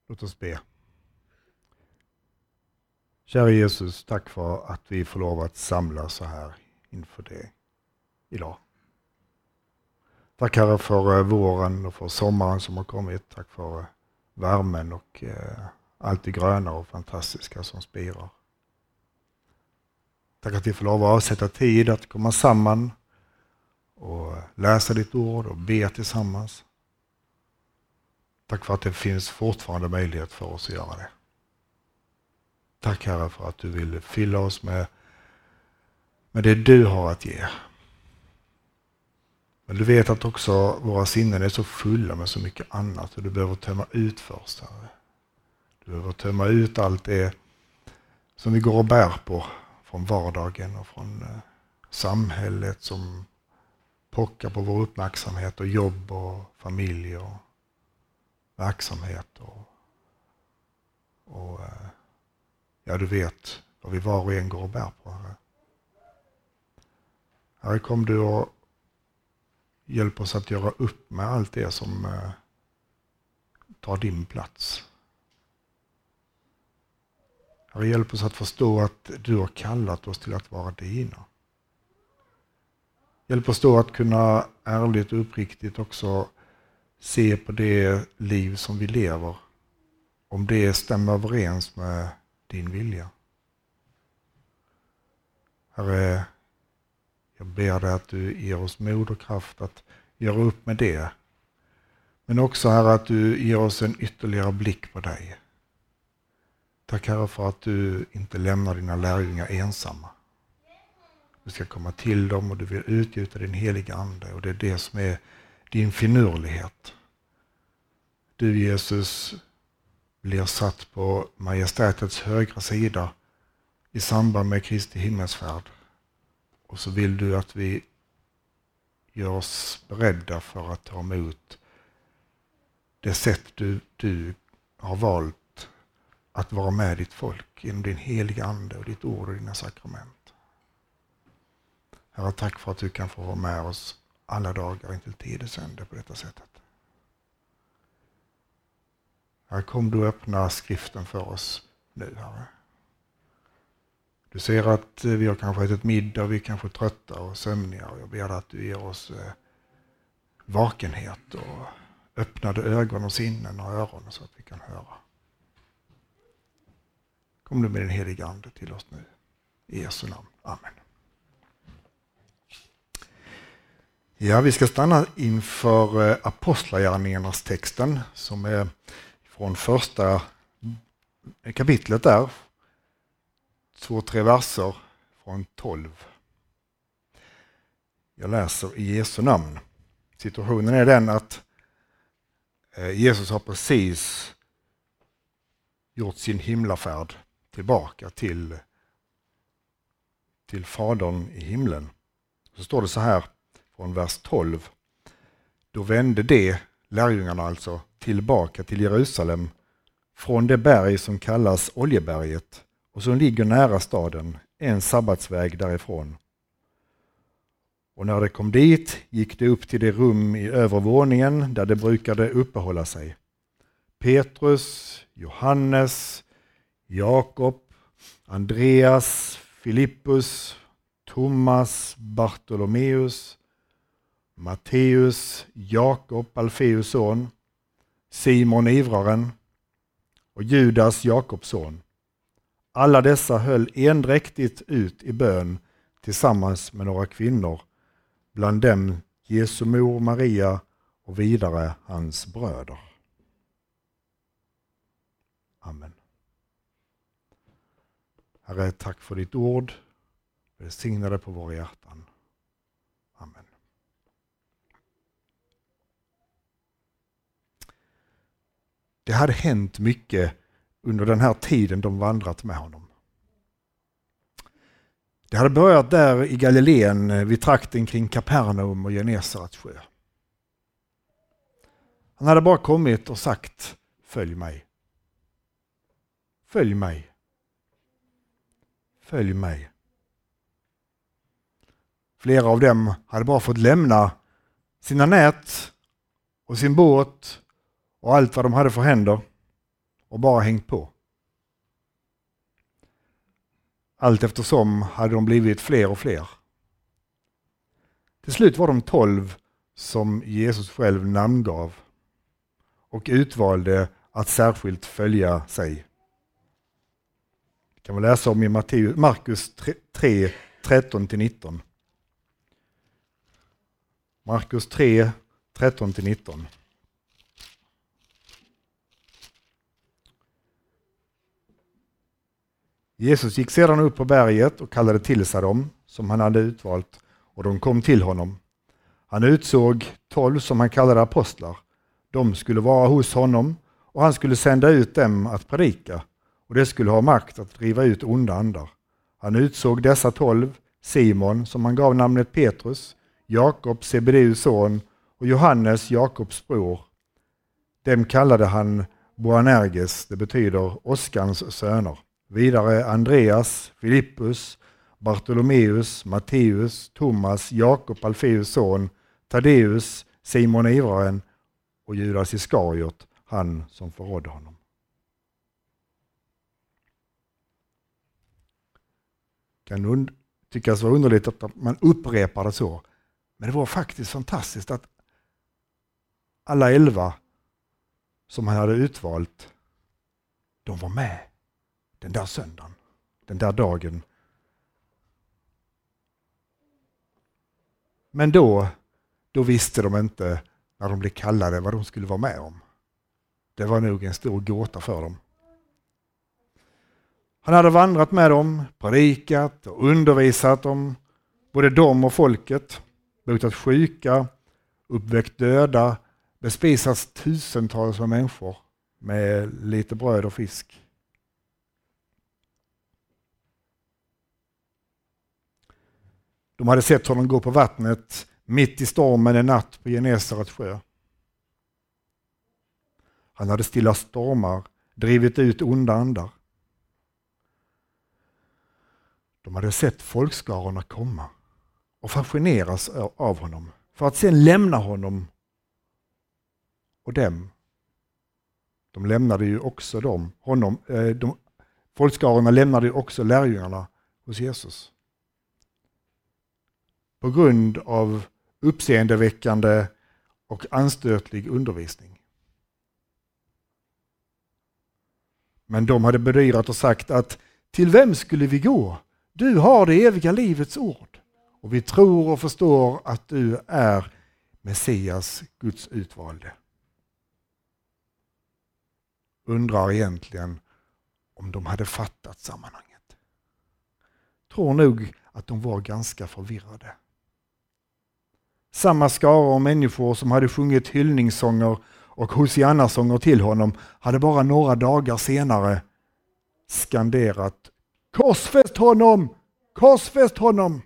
Låt oss be. Kära Jesus, tack för att vi får lov att samlas så här inför dig idag. Tack Herre för våren och för sommaren som har kommit. Tack för värmen och allt det gröna och fantastiska som spirar. Tack att vi får lov att avsätta tid att komma samman och läsa ditt ord och be tillsammans. Tack för att det finns fortfarande möjlighet för oss att göra det. Tack Herre för att du vill fylla oss med det du har att ge. Men du vet att också våra sinnen är så fulla med så mycket annat och du behöver tömma ut först, Herre. Du behöver tömma ut allt det som vi går och bär på från vardagen och från samhället som pockar på vår uppmärksamhet och jobb och familj och verksamhet och ja, du vet vad vi var och en går och bär på, Herre. Herre, kom du och hjälp oss att göra upp med allt det som tar din plats. Herre, hjälp oss att förstå att du har kallat oss till att vara dina. Hjälp oss då att kunna ärligt och uppriktigt också se på det liv som vi lever, om det stämmer överens med din vilja. Herre, jag ber dig att du ger oss mod och kraft att göra upp med det. Men också Herre att du ger oss en ytterligare blick på dig. Tack Herre för att du inte lämnar dina lärjungar ensamma. Du ska komma till dem och du vill utgjuta din heliga ande och det är det som är din finurlighet. Du Jesus blir satt på majestätets högra sida i samband med Kristi himmelsfärd. Och så vill du att vi gör oss beredda för att ta emot det sätt du har valt att vara med ditt folk genom din heliga ande och ditt ord och dina sakrament. Herre, tack för att du kan få vara med oss alla dagar intill tidens ände på detta sättet. Herre, kom du öppna skriften för oss nu, Herre. Du ser att vi har kanske ätit middag, vi är kanske trötta och sömniga och jag ber att du ger oss vakenhet och öppnade ögon och sinnen och öron så att vi kan höra. Kom du med din heliga ande till oss nu. I Jesu namn. Amen. Ja, vi ska stanna inför Apostlagärningarnas texten som är från första kapitlet där. 2-3 verser från 12. Jag läser i Jesu namn. Situationen är den att Jesus har precis gjort sin himlafärd tillbaka till Fadern i himlen. Så står det så här från vers 12. Då vände de, lärjungarna alltså, tillbaka till Jerusalem från det berg som kallas Oljeberget och som ligger nära staden, en sabbatsväg därifrån. Och när de kom dit gick de upp till det rum i övervåningen där de brukade uppehålla sig. Petrus, Johannes, Jakob, Andreas, Filippus, Thomas, Bartolomeus, Matteus, Jakob, Alfeus son, Simon ivraren och Judas, Jakobs son. Alla dessa höll endräktigt ut i bön tillsammans med några kvinnor, bland dem Jesu mor Maria och vidare hans bröder. Amen. Herre, tack för ditt ord. Välsigna det på våra hjärtan. Amen. Det hade hänt mycket under den här tiden de vandrat med honom. Det hade börjat där i Galileen vid trakten kring Kapernaum och Genesarets sjö. Han hade bara kommit och sagt: följ mig. Följ mig. Följ mig. Flera av dem hade bara fått lämna sina nät och sin båt och allt vad de hade för händer och bara hängt på. Allt eftersom hade de blivit fler och fler. Till slut var de 12 som Jesus själv namngav och utvalde att särskilt följa sig. Det kan vi läsa om i Markus 3, 13-19. Markus 3, 13-19. Jesus gick sedan upp på berget och kallade till sig dem som han hade utvalt, och de kom till honom. Han utsåg 12 som han kallade apostlar. De skulle vara hos honom och han skulle sända ut dem att predika, och det skulle ha makt att driva ut onda andar. Han utsåg dessa 12, Simon som han gav namnet Petrus, Jakob, Sebedeus son, och Johannes, Jakobs bror. Dem kallade han Boanerges, det betyder Oskans söner. Vidare Andreas, Filippus, Bartolomeus, Matteus, Thomas, Jakob Alfeus son, Taddeus, Simon Ivraren och Judas Iskariot, han som förrådde honom. Kan tyckas vara underligt att man upprepar det så. Men det var faktiskt fantastiskt att alla 11 som han hade utvalt, de var med den där söndagen, den där dagen. Men då visste de inte när de blev kallade vad de skulle vara med om. Det var nog en stor gåta för dem. Han hade vandrat med dem, predikat och undervisat om både dem och folket, botat sjuka, uppväckt döda, bespisats tusentals av människor med lite bröd och fisk. De hade sett honom gå på vattnet mitt i stormen en natt på Genesarets sjö. Han hade stilla stormar, drivit ut onda andar. De hade sett folkskarorna komma och fascineras av honom för att sedan lämna honom och dem. De lämnade ju också folkskarorna lämnade ju också lärjungarna hos Jesus. På grund av uppseendeväckande och anstötlig undervisning. Men de hade bedyrat och sagt att till vem skulle vi gå? Du har det eviga livets ord. Och vi tror och förstår att du är Messias, Guds utvalde. Undrar egentligen om de hade fattat sammanhanget. Tror nog att de var ganska förvirrade. Samma skara av människor som hade sjungit hyllningssånger och hosianna-sånger till honom hade bara några dagar senare skanderat: korsfäst honom! Korsfäst honom!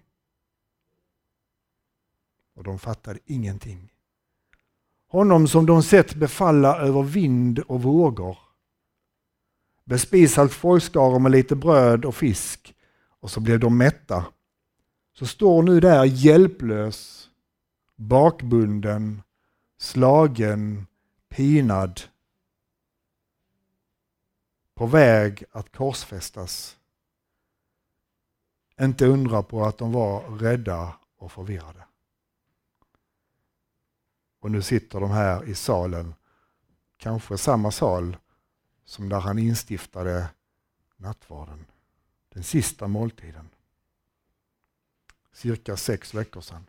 Och de fattade ingenting. Honom som de sett befalla över vind och vågor. Bespisat folkskaror med lite bröd och fisk, och så blev de mätta. Så står nu där hjälplös, bakbunden, slagen, pinad, på väg att korsfästas. Inte undra på att de var rädda och förvirrade. Och nu sitter de här i salen, kanske samma sal som där han instiftade nattvarden, den sista måltiden. Cirka 6 veckor sedan.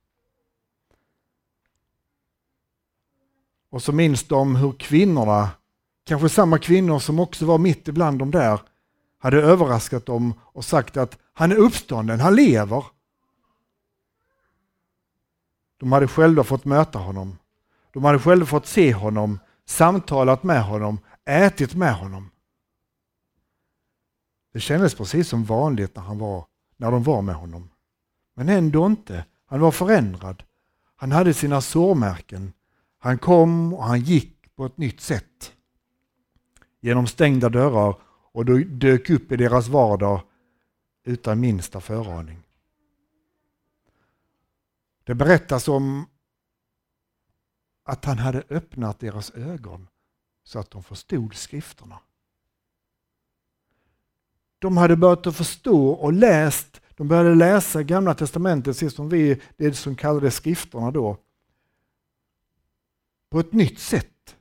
Och så minns de hur kvinnorna, kanske samma kvinnor som också var mitt ibland dem där, hade överraskat dem och sagt att han är uppstånden, han lever. De hade själva fått möta honom. De hade själva fått se honom, samtalat med honom, ätit med honom. Det kändes precis som vanligt när de var med honom. Men ändå inte. Han var förändrad. Han hade sina sårmärken. Han kom och han gick på ett nytt sätt. Genom stängda dörrar, och dök upp i deras vardag utan minsta föraning. Det berättas om att han hade öppnat deras ögon så att de förstod skrifterna. De hade börjat att förstå och läst. De började läsa Gamla testamentet, precis som vi, det som kallades skrifterna då, på ett nytt sätt.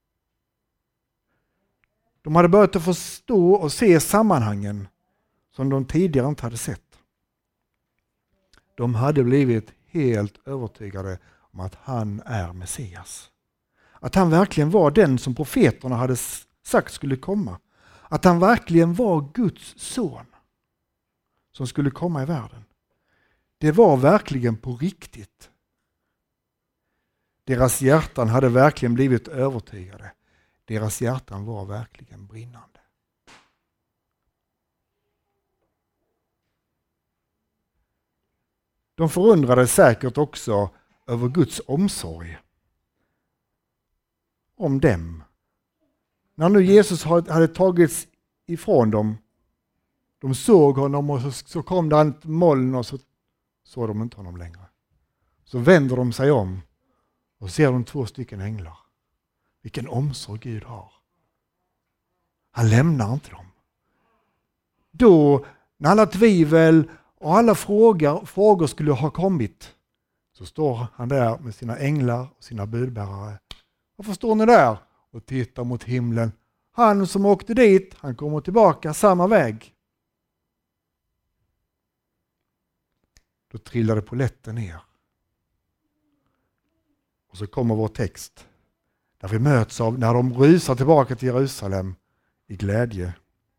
De hade börjat att förstå och se sammanhangen som de tidigare inte hade sett. De hade blivit helt övertygade om att han är Messias. Att han verkligen var den som profeterna hade sagt skulle komma. Att han verkligen var Guds son som skulle komma i världen. Det var verkligen på riktigt. Deras hjärtan hade verkligen blivit övertygade. Deras hjärtan var verkligen brinnande. De förundrade säkert också över Guds omsorg om dem. När nu Jesus hade tagits ifrån dem, de såg honom och så kom det ett moln och så såg de inte honom längre. Så vänder de sig om och ser de 2 stycken änglar. Vilken omsorg Gud har. Han lämnar inte dem. Då, när alla tvivel och alla frågor skulle ha kommit, så står han där med sina änglar och sina budbärare. Varför står ni där och tittar mot himlen? Han som åkte dit, han kommer tillbaka samma väg. Då trillade polletten ner. Och så kommer vår text. Där vi möts av när de rusar tillbaka till Jerusalem i glädje.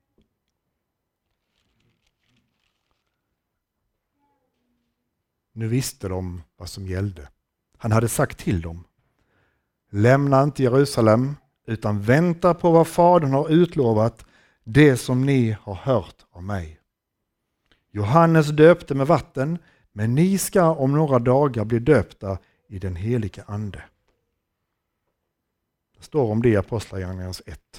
Nu visste de vad som gällde. Han hade sagt till dem: lämna inte Jerusalem utan vänta på vad Fadern har utlovat, det som ni har hört av mig. Johannes döpte med vatten, men ni ska om några dagar bli döpta i den helige ande. Det står om det i Apostlagärningarna 1.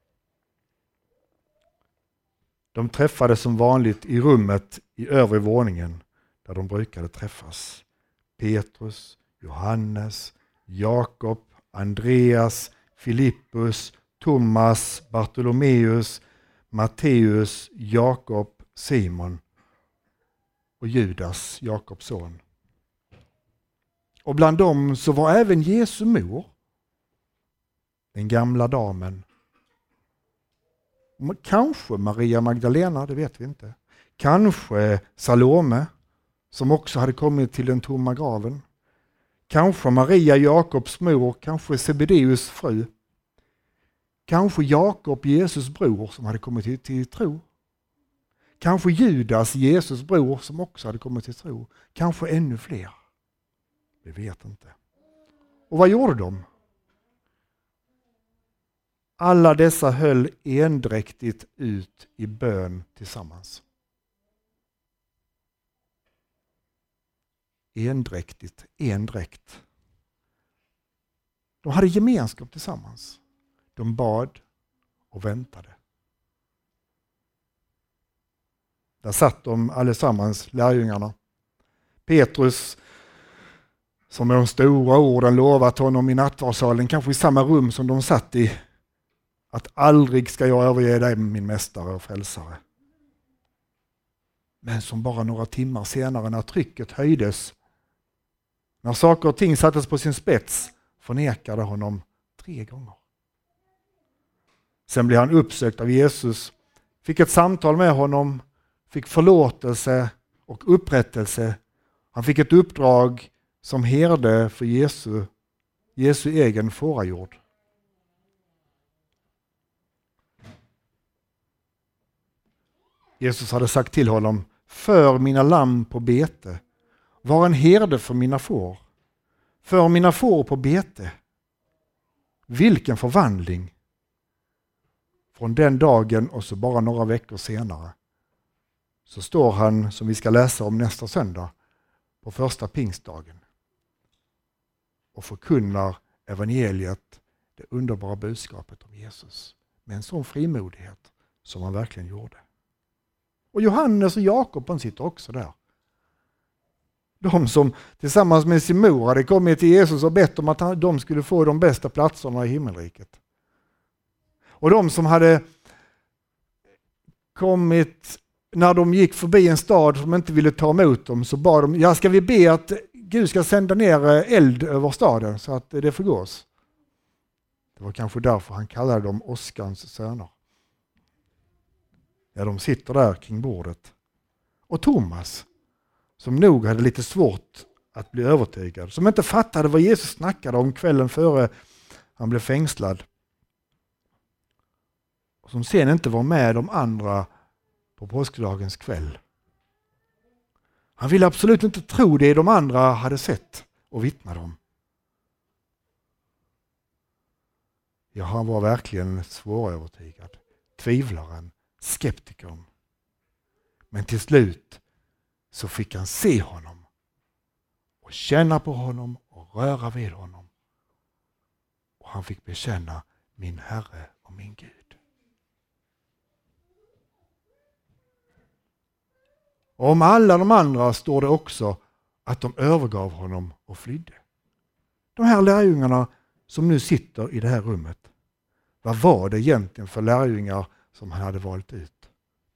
De träffades som vanligt i rummet i övre våningen där de brukade träffas. Petrus, Johannes, Jakob, Andreas, Filippus, Thomas, Bartolomeus, Matteus, Jakob, Simon och Judas, Jakobs son. Och bland dem så var även Jesu mor, den gamla damen. Kanske Maria Magdalena, det vet vi inte. Kanske Salome, som också hade kommit till den tomma graven. Kanske Maria, Jakobs mor, kanske Sebedeus fru. Kanske Jakob, Jesus bror, som hade kommit till tro. Kanske Judas, Jesus bror, som också hade kommit till tro. Kanske ännu fler. Vi vet inte. Och vad gjorde de? Alla dessa höll endräktigt ut i bön tillsammans. Endräkt. De hade gemenskap tillsammans. De bad och väntade. Där satt de allesammans, lärjungarna. Petrus, som med de stora orden lovat honom i nattvardssalen, kanske i samma rum som de satt i, att aldrig ska jag överge dig, min mästare och frälsare. Men som bara några timmar senare, när trycket höjdes, när saker och ting sattes på sin spets, förnekade honom 3 gånger. Sen blev han uppsökt av Jesus, fick ett samtal med honom, fick förlåtelse och upprättelse. Han fick ett uppdrag som herde för Jesu egen fårajord. Jesus hade sagt till honom: för mina lamm på bete, var en herde för mina får. För mina får på bete. Vilken förvandling! Från den dagen och så bara några veckor senare så står han, som vi ska läsa om nästa söndag, på första pingstdagen och förkunnar evangeliet, det underbara budskapet om Jesus, med en sån frimodighet som han verkligen gjorde. Och Johannes och Jakob sitter också där. De som tillsammans med sin mor hade kommit till Jesus och bett om att de skulle få de bästa platserna i himmelriket. Och de som hade kommit, när de gick förbi en stad som inte ville ta emot dem, så bad de, ja, ska vi be att Gud ska sända ner eld över staden så att det förgås. Det var kanske därför han kallade dem åskans söner. Ja, de sitter där kring bordet. Och Thomas, som nog hade lite svårt att bli övertygad, som inte fattade vad Jesus snackade om kvällen före han blev fängslad, och som sen inte var med de andra på påskdagens kväll. Han ville absolut inte tro det de andra hade sett och vittnade om. Ja, han var verkligen svårövertygad, tvivlaren, skeptikern. Men till slut så fick han se honom och känna på honom och röra vid honom. Och han fick bekänna min Herre och min Gud. Och om alla de andra står det också att de övergav honom och flydde. De här lärjungarna som nu sitter i det här rummet. Vad var det egentligen för lärjungar som han hade valt ut?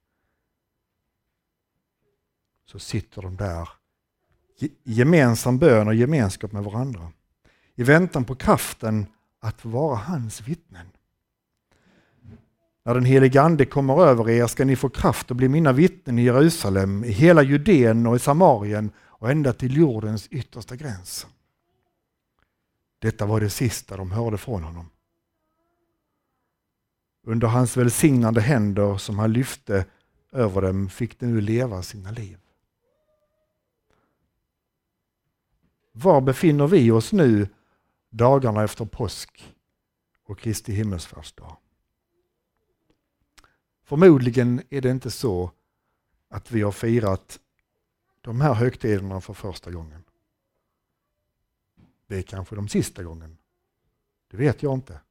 Så sitter de där i gemensam bön och gemenskap med varandra. I väntan på kraften att vara hans vittnen. När den helige Ande kommer över er ska ni få kraft att bli mina vittnen i Jerusalem, i hela Judeen och i Samarien och ända till jordens yttersta gräns. Detta var det sista de hörde från honom. Under hans välsignande händer som han lyfte över dem fick de nu leva sina liv. Var befinner vi oss nu dagarna efter påsk och Kristi himmelsfärdsdag? Förmodligen är det inte så att vi har firat de här högtiderna för första gången. Det är kanske de sista gången. Det vet jag inte.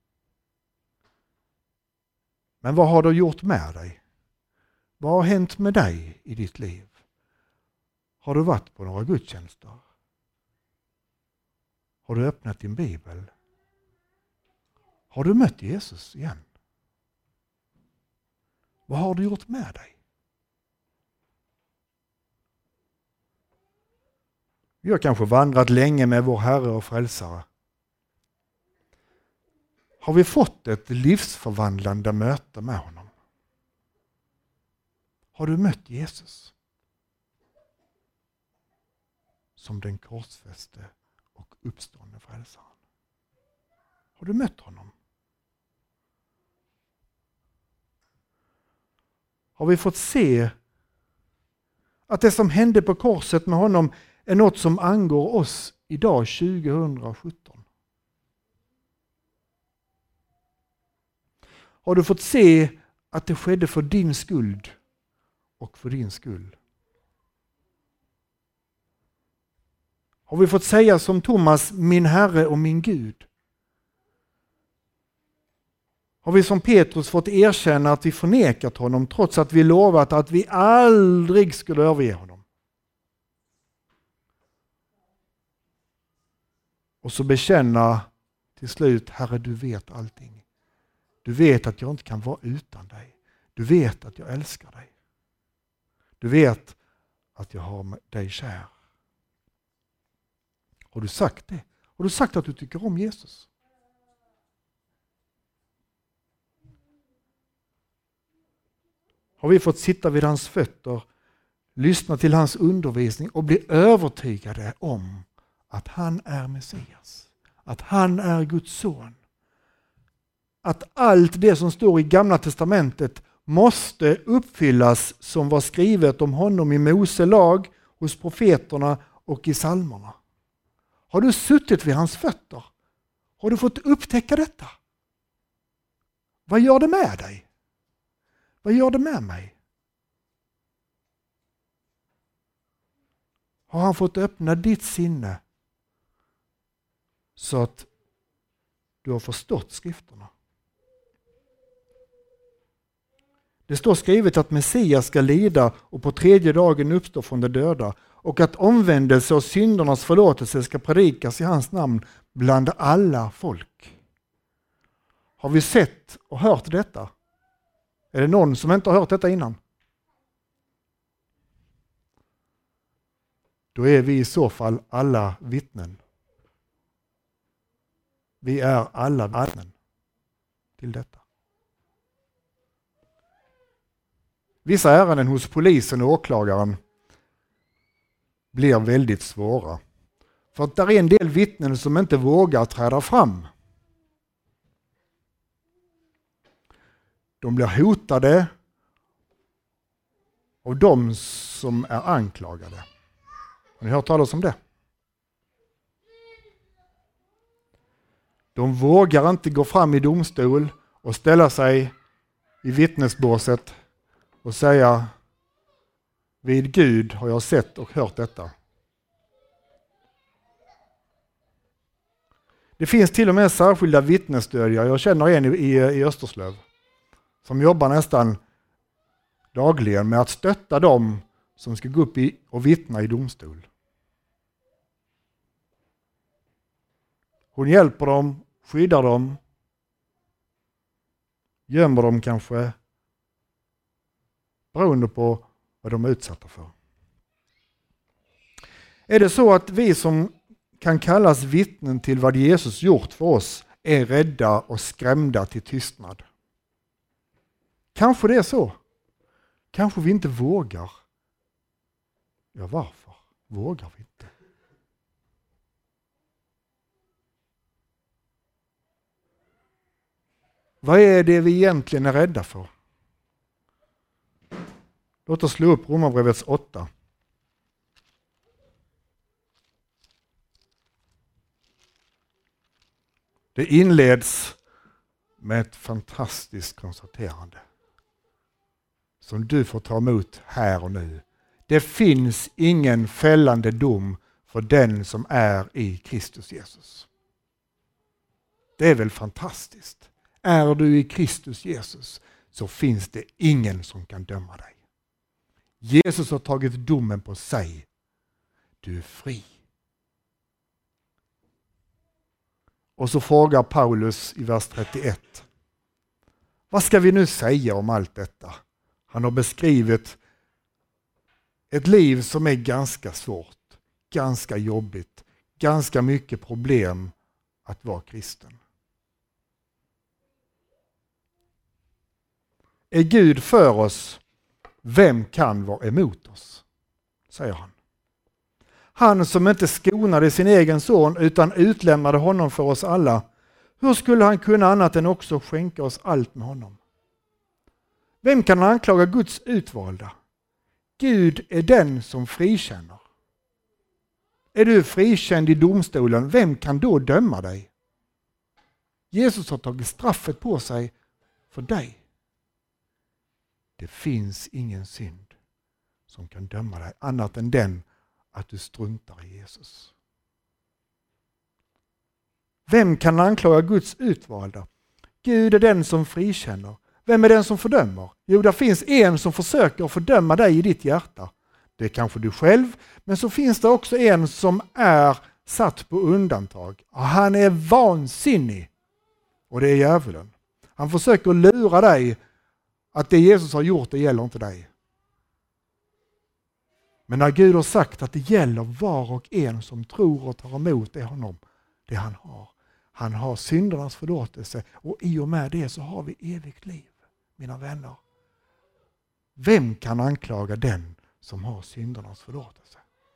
Men vad har du gjort med dig? Vad har hänt med dig i ditt liv? Har du varit på några gudstjänster? Har du öppnat din bibel? Har du mött Jesus igen? Vad har du gjort med dig? Vi har kanske vandrat länge med vår Herre och Frälsare. Har vi fått ett livsförvandlande möte med honom? Har du mött Jesus som den korsfäste och uppståndne frälsaren? Har du mött honom? Har vi fått se att det som hände på korset med honom är något som angår oss idag 2017? Har du fått se att det skedde för din skuld och för din skull? Har vi fått säga som Thomas, min Herre och min Gud? Har vi som Petrus fått erkänna att vi förnekat honom trots att vi lovat att vi aldrig skulle överge honom? Och så bekänna till slut, Herre, du vet allting. Du vet att jag inte kan vara utan dig. Du vet att jag älskar dig. Du vet att jag har dig kär. Har du sagt det? Har du sagt att du tycker om Jesus? Har vi fått sitta vid hans fötter, lyssna till hans undervisning och bli övertygade om att han är Messias, att han är Guds son. Att allt det som står i Gamla testamentet måste uppfyllas som var skrivet om honom i Mose lag, hos profeterna och i psalmerna. Har du suttit vid hans fötter? Har du fått upptäcka detta? Vad gör det med dig? Vad gör det med mig? Har han fått öppna ditt sinne så att du har förstått skrifterna? Det står skrivet att Messias ska lida och på tredje dagen uppstå från de döda och att omvändelse och syndernas förlåtelse ska predikas i hans namn bland alla folk. Har vi sett och hört detta? Är det någon som inte har hört detta innan? Då är vi i så fall alla vittnen. Vi är alla vittnen till detta. Vissa ärenden hos polisen och åklagaren blir väldigt svåra. För att det är en del vittnen som inte vågar träda fram. De blir hotade av de som är anklagade. Har ni hört talas om det? De vågar inte gå fram i domstol och ställa sig i vittnesbåset och säga: vid Gud har jag sett och hört detta. Det finns till och med särskilda vittnesstödjare. Jag känner en i Österslöv som jobbar nästan dagligen med att stötta dem som ska gå upp och vittna i domstol. Hon hjälper dem, skyddar dem, gömmer dem kanske, beroende på vad de är utsatta för. Är det så att vi som kan kallas vittnen till vad Jesus gjort för oss är rädda och skrämda till tystnad? Kanske det är så. Kanske vi inte vågar. Ja, varför vågar vi inte? Vad är det vi egentligen är rädda för? Låt oss slå upp Romarbrevets 8. Det inleds med ett fantastiskt konstaterande som du får ta emot här och nu. Det finns ingen fällande dom för den som är i Kristus Jesus. Det är väl fantastiskt. Är du i Kristus Jesus så finns det ingen som kan döma dig. Jesus har tagit domen på sig. Du är fri. Och så frågar Paulus i vers 31. Vad ska vi nu säga om allt detta? Han har beskrivit ett liv som är ganska svårt, ganska jobbigt, ganska mycket problem att vara kristen. Är Gud för oss, vem kan vara emot oss? Säger han. Han som inte skonade sin egen son utan utlämnade honom för oss alla. Hur skulle han kunna annat än också skänka oss allt med honom? Vem kan anklaga Guds utvalda? Gud är den som frikänner. Är du frikänd i domstolen, vem kan då döma dig? Jesus har tagit straffet på sig för dig. Det finns ingen synd som kan döma dig annat än den att du struntar i Jesus. Vem kan anklaga Guds utvalda? Gud är den som frikänner. Vem är den som fördömer? Jo, det finns en som försöker fördöma dig i ditt hjärta. Det är kanske du själv, men så finns det också en som är satt på undantag. Och han är vansinnig. Och det är djävulen. Han försöker lura dig att det Jesus har gjort, det gäller inte dig. Men när Gud har sagt att det gäller var och en som tror och tar emot det han har. Han har syndernas förlåtelse och i och med det så har vi evigt liv, mina vänner. Vem kan anklaga den som har syndernas förlåtelse?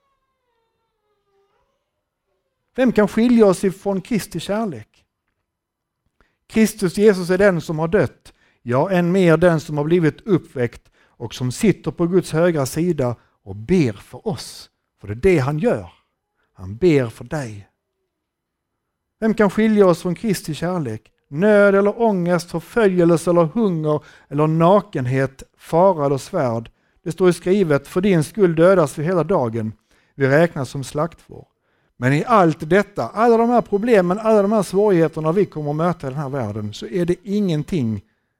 Vem kan skilja oss ifrån Kristi kärlek? Kristus Jesus är den som har dött, ja än mer den som har blivit uppväckt och som sitter på Guds högra sida och ber för oss. För det är det han gör. Han ber för dig. Vem kan skilja oss från Kristi kärlek? Nöd eller ångest, förföljelse eller hunger eller nakenhet, fara eller svärd. Det står skrivet, för din skull dödas vi hela dagen. Vi räknas som slaktfår. Men i allt detta, alla de här problemen, alla de här svårigheterna vi kommer att möta i den här världen, så är det ingenting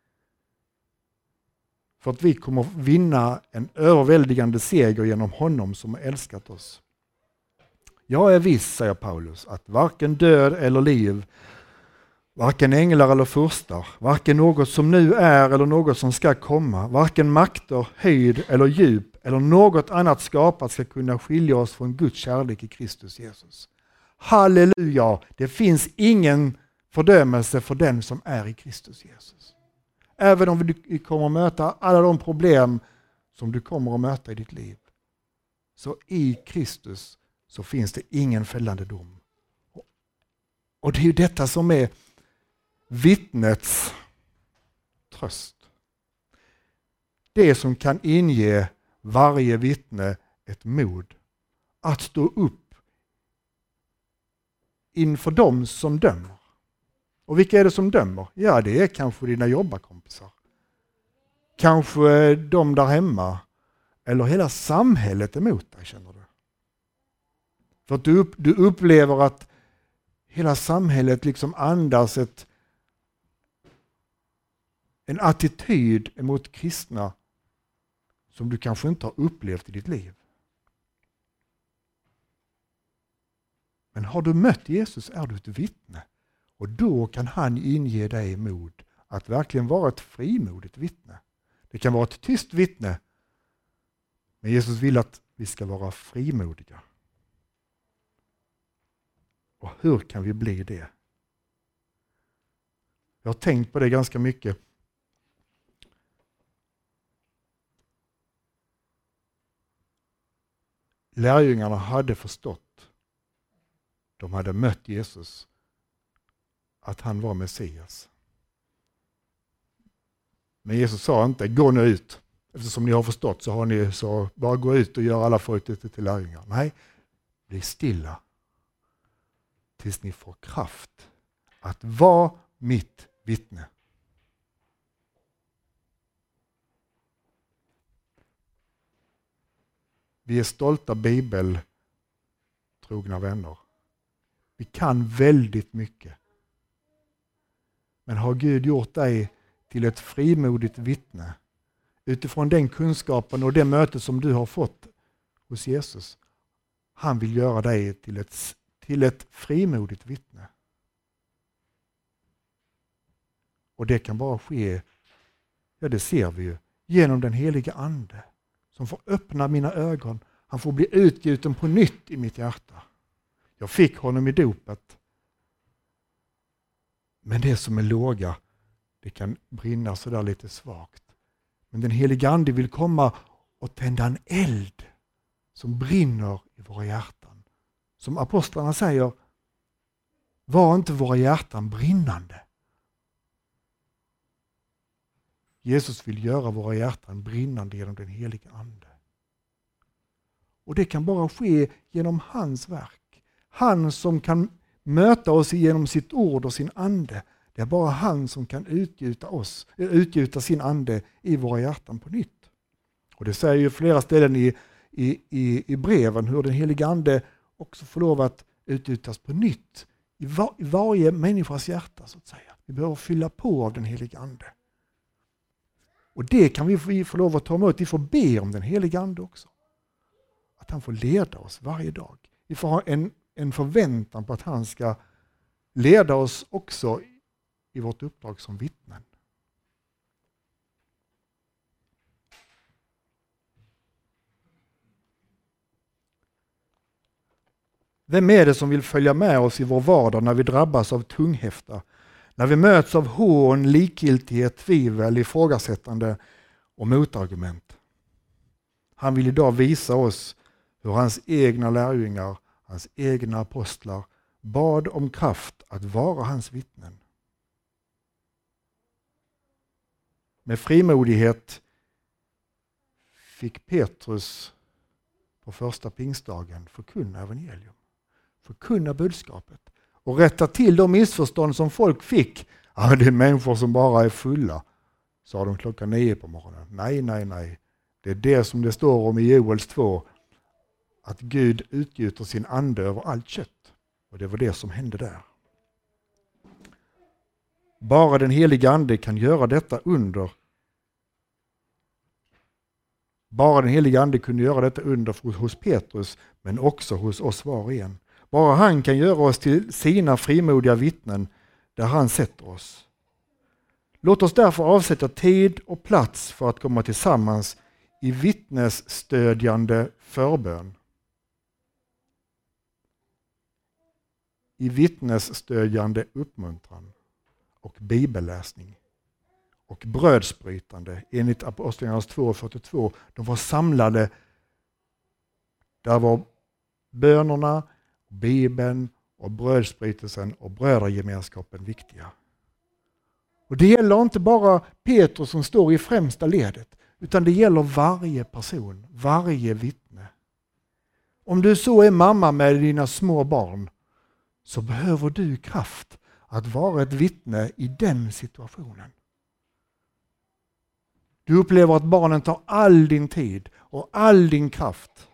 för att vi kommer att vinna en överväldigande seger genom honom som har älskat oss. Jag är viss, säger Paulus, att varken död eller liv, Varken änglar eller furstar, varken något som nu är eller något som ska komma, varken makter, höjd eller djup eller något annat skapat ska kunna skilja oss från Guds kärlek i Kristus Jesus. Halleluja! Det finns ingen fördömelse för den som är i Kristus Jesus. Även om du kommer att möta alla de problem som du kommer att möta i ditt liv, så i Kristus så finns det ingen fällande dom. Och det är ju detta som är vittnets tröst. Det som kan inge varje vittne ett mod att stå upp inför dem som dömer. Och vilka är det som dömer? Ja, det är kanske dina jobbarkompisar. Kanske de där hemma. Eller hela samhället emot dig, känner du. För att du upplever att hela samhället liksom andas en attityd emot kristna som du kanske inte har upplevt i ditt liv. Men har du mött Jesus är du ett vittne. Och då kan han inge dig mod att verkligen vara ett frimodigt vittne. Det kan vara ett tyst vittne. Men Jesus vill att vi ska vara frimodiga. Och hur kan vi bli det? Jag har tänkt på det ganska mycket. Lärjungarna hade förstått, de hade mött Jesus, att han var Messias. Men Jesus sa inte, gå nu ut. Eftersom ni har förstått så har ni så bara gå ut och göra alla folk till lärjungar. Nej, bli stilla tills ni får kraft att vara mitt vittne. Vi är stolta bibeltrogna vänner. Vi kan väldigt mycket. Men har Gud gjort dig till ett frimodigt vittne utifrån den kunskapen och det möte som du har fått hos Jesus? Han vill göra dig till ett frimodigt vittne. Och det kan bara ske, ja det ser vi ju, genom den heliga ande som får öppna mina ögon. Han får bli utgjuten på nytt i mitt hjärta. Jag fick honom i dopet. Men det som är låga, det kan brinna så där lite svagt. Men den heliga ande vill komma och tända en eld som brinner i våra hjärtan. Som apostlarna säger, var inte våra hjärtan brinnande? Jesus vill göra våra hjärtan brinnande genom den heliga ande. Och det kan bara ske genom hans verk. Han som kan möta oss genom sitt ord och sin ande. Det är bara han som kan utgjuta sin ande i våra hjärtan på nytt. Och det säger ju flera ställen i breven hur den heliga ande också får lov att utgjutas på nytt i varje människas hjärta, så att säga. Vi behöver fylla på av den heliga ande. Och det kan vi få lov att ta emot. Vi får be om den heliga ande också. Att han får leda oss varje dag. Vi får ha en förväntan på att han ska leda oss också i vårt uppdrag som vittnen. Vem är det som vill följa med oss i vår vardag när vi drabbas av tunghäfta? När vi möts av hån, likgiltighet, tvivel, ifrågasättande och motargument. Han vill idag visa oss hur hans egna lärjungar, hans egna apostlar bad om kraft att vara hans vittnen. Med frimodighet fick Petrus på första pingstdagen förkunna evangelium. Förkunna budskapet. Och rätta till de missförstånd som folk fick. Ja, det är människor som bara är fulla, sa de 9:00 på morgonen. Nej. Det är det som det står om i Joels 2. Att Gud utgjuter sin ande över allt kött. Och det var det som hände där. Bara den heliga ande kan göra detta under. Bara den heliga ande kunde göra detta under hos Petrus, men också hos oss var och en. Bara han kan göra oss till sina frimodiga vittnen där han sätter oss. Låt oss därför avsätta tid och plats för att komma tillsammans i vittnesstödjande förbön. I vittnesstödjande uppmuntran och bibelläsning och brödsbrytande. Enligt Apostlagärningarna 2:42, de var samlade. Där var bönerna, Bibeln och brödsbrytelsen och brödragemenskapen viktiga. Och det gäller inte bara Petrus som står i främsta ledet, utan det gäller varje person, varje vittne. Om du så är mamma med dina små barn, så behöver du kraft att vara ett vittne i den situationen. Du upplever att barnen tar all din tid och all din kraft.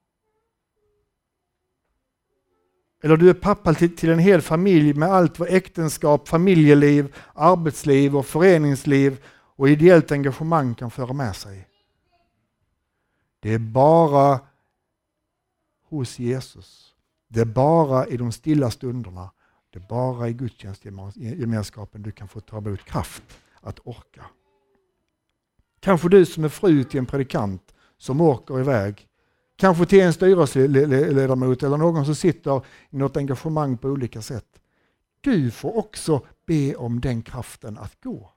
Eller du är pappa till en hel familj med allt vad äktenskap, familjeliv, arbetsliv och föreningsliv och ideellt engagemang kan föra med sig. Det är bara hos Jesus. Det är bara i de stilla stunderna. Det är bara i gudstjänstgemenskapen du kan få ta emot kraft att orka. Kanske du som är fru till en predikant som åker iväg. Kanske till en styrelseledamot eller någon som sitter i något engagemang på olika sätt. Du får också be om den kraften att gå.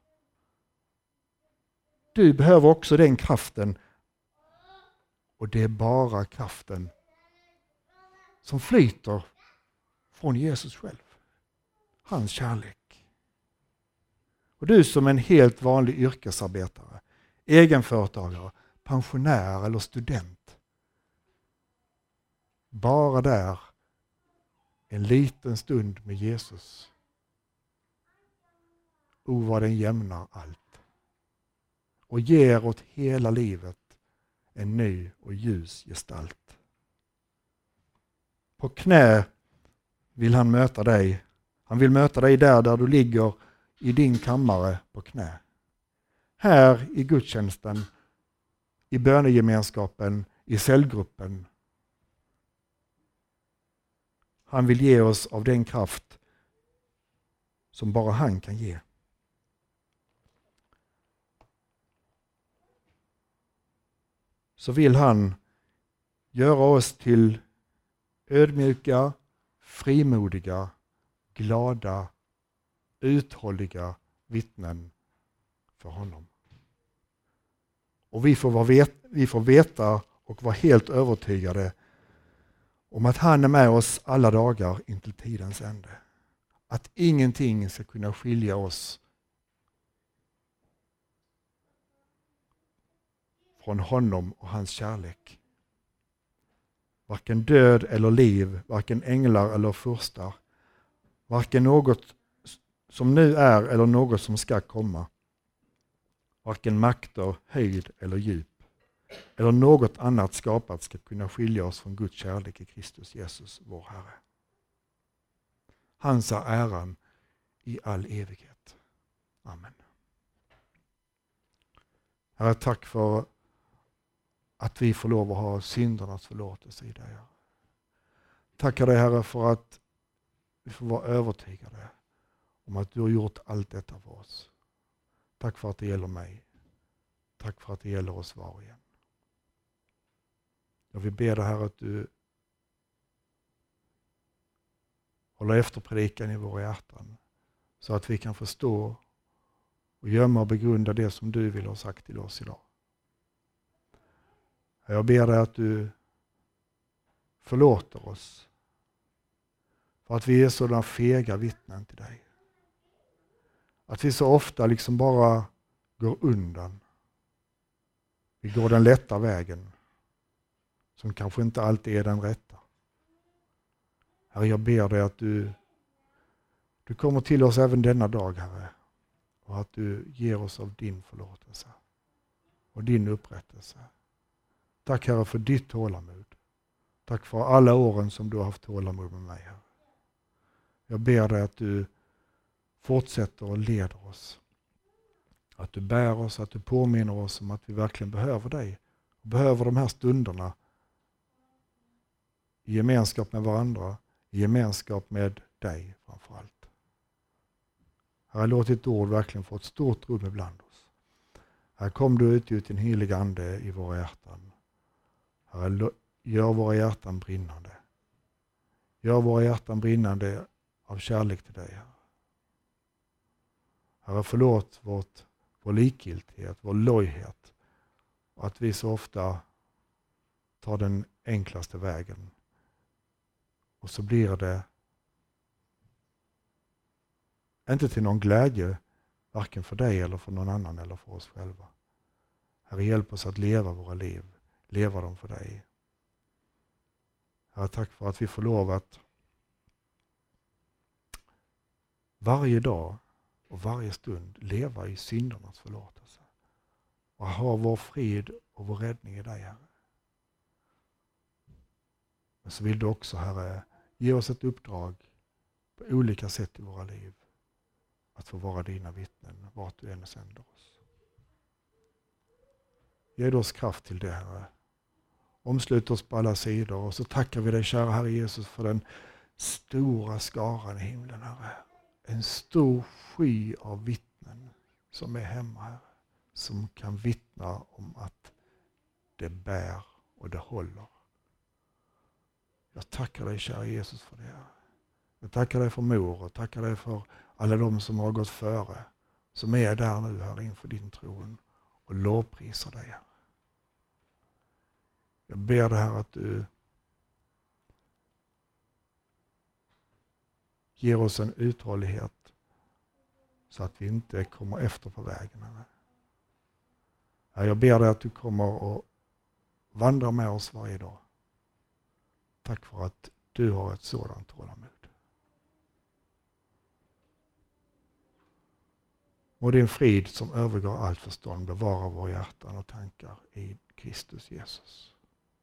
Du behöver också den kraften. Och det är bara kraften som flyter från Jesus själv. Hans kärlek. Och du som en helt vanlig yrkesarbetare, egenföretagare, pensionär eller student. Bara där en liten stund med Jesus. Vad den jämnar allt. Och ger åt hela livet en ny och ljus gestalt. På knä vill han möta dig. Han vill möta dig där du ligger i din kammare på knä. Här i gudstjänsten, i bönegemenskapen, i cellgruppen. Han vill ge oss av den kraft som bara han kan ge. Så vill han göra oss till ödmjuka, frimodiga, glada, uthålliga vittnen för honom. Och vi får veta och vara helt övertygade om att han är med oss alla dagar intill tidens ände. Att ingenting ska kunna skilja oss från honom och hans kärlek. Varken död eller liv, varken änglar eller furstar, varken något som nu är eller något som ska komma. Varken makter, höjd eller djup eller något annat skapat ska kunna skilja oss från Guds kärlek i Kristus Jesus, vår Herre. Hans är äran i all evighet. Amen. Herre, tack för att vi får lov att ha syndernas förlåtelse i dig. Tackar dig, Herre, för att vi får vara övertygade om att du har gjort allt detta för oss. Tack för att det gäller mig. Tack för att det gäller oss var och en. Jag vill be dig, Herre, att du håller efter predikan i våra hjärtan så att vi kan förstå och gömma och begrunda det som du vill ha sagt till oss idag. Jag ber dig att du förlåter oss för att vi är sådana fega vittnen till dig. Att vi så ofta liksom bara går undan. Vi går den lätta vägen som kanske inte alltid är den rätta. Herre, jag ber dig att du kommer till oss även denna dag, Herre. Och att du ger oss av din förlåtelse och din upprättelse. Tack, Herre, för ditt tålamod. Tack för alla åren som du har haft tålamod med mig, Herre. Jag ber dig att du fortsätter och leder oss. Att du bär oss, att du påminner oss om att vi verkligen behöver dig. Och behöver de här stunderna i gemenskap med varandra, i gemenskap med dig framför allt. Herre, låt ditt ord verkligen få ett stort rum ibland oss. Här kom du ut din heliga ande i våra hjärtan. Herre, gör våra hjärtan brinnande. Gör våra hjärtan brinnande av kärlek till dig, Herre. Herre, förlåt vår likgiltighet, vår lojhet och att vi så ofta tar den enklaste vägen. Och så blir det inte till någon glädje, varken för dig eller för någon annan eller för oss själva. Herre, hjälp oss att leva våra liv, leva dem för dig. Herre, tack för att vi får lov att varje dag och varje stund leva i syndernas förlåtelse. Och ha vår frid och vår räddning i dig, Herre. Men så vill du också, Herre, ge oss ett uppdrag på olika sätt i våra liv. Att få vara dina vittnen vart du än sänder oss. Ge oss kraft till det, Herre. Omslut oss på alla sidor och så tackar vi dig, kära Herre Jesus, för den stora skaran i himlen, Herre. En stor sky av vittnen som är hemma, Herre. Som kan vittna om att det bär och det håller. Jag tackar dig, kära Jesus, för det, Herre. Jag tackar dig för mor och tackar dig för alla de som har gått före. Som är där nu, Herre, inför din tron och lovprisar dig, Herre. Jag ber dig, Herre, att du ger oss en uthållighet så att vi inte kommer efter på vägen, Herre. Jag ber dig att du kommer att vandra med oss varje dag. Tack för att du har ett sådant tålamod. Och din frid som övergår allt förstånd bevara våra hjärtan och tankar i Kristus Jesus.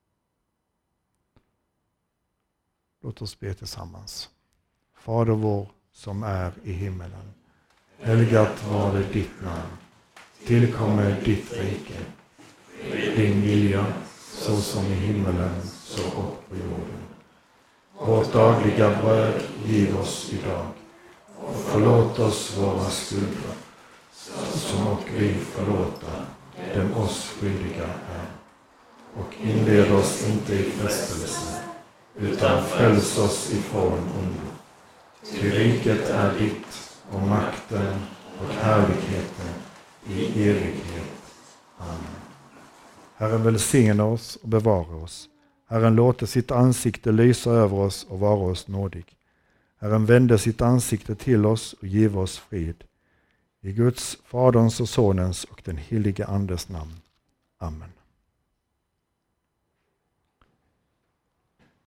Låt oss be tillsammans. Fader vår som är i himmelen. Helgat vare ditt namn. Tillkommer ditt rike. Din vilja så som i himmelen så och på jorden. Vårt dagliga bröd giv oss idag. Och förlåt oss våra skulder. Som och vi förlåta dem oss skyldiga är. Och inled oss inte i frestelse, utan fräls oss ifrån ondo. Till riket är ditt och makten och härligheten i evighet. Amen. Herren välsigna oss och bevara oss. Herren låter sitt ansikte lysa över oss och vara oss nådig. Herren vände sitt ansikte till oss och giv oss frid. I Guds, Faderns och Sonens och den helige Andes namn. Amen.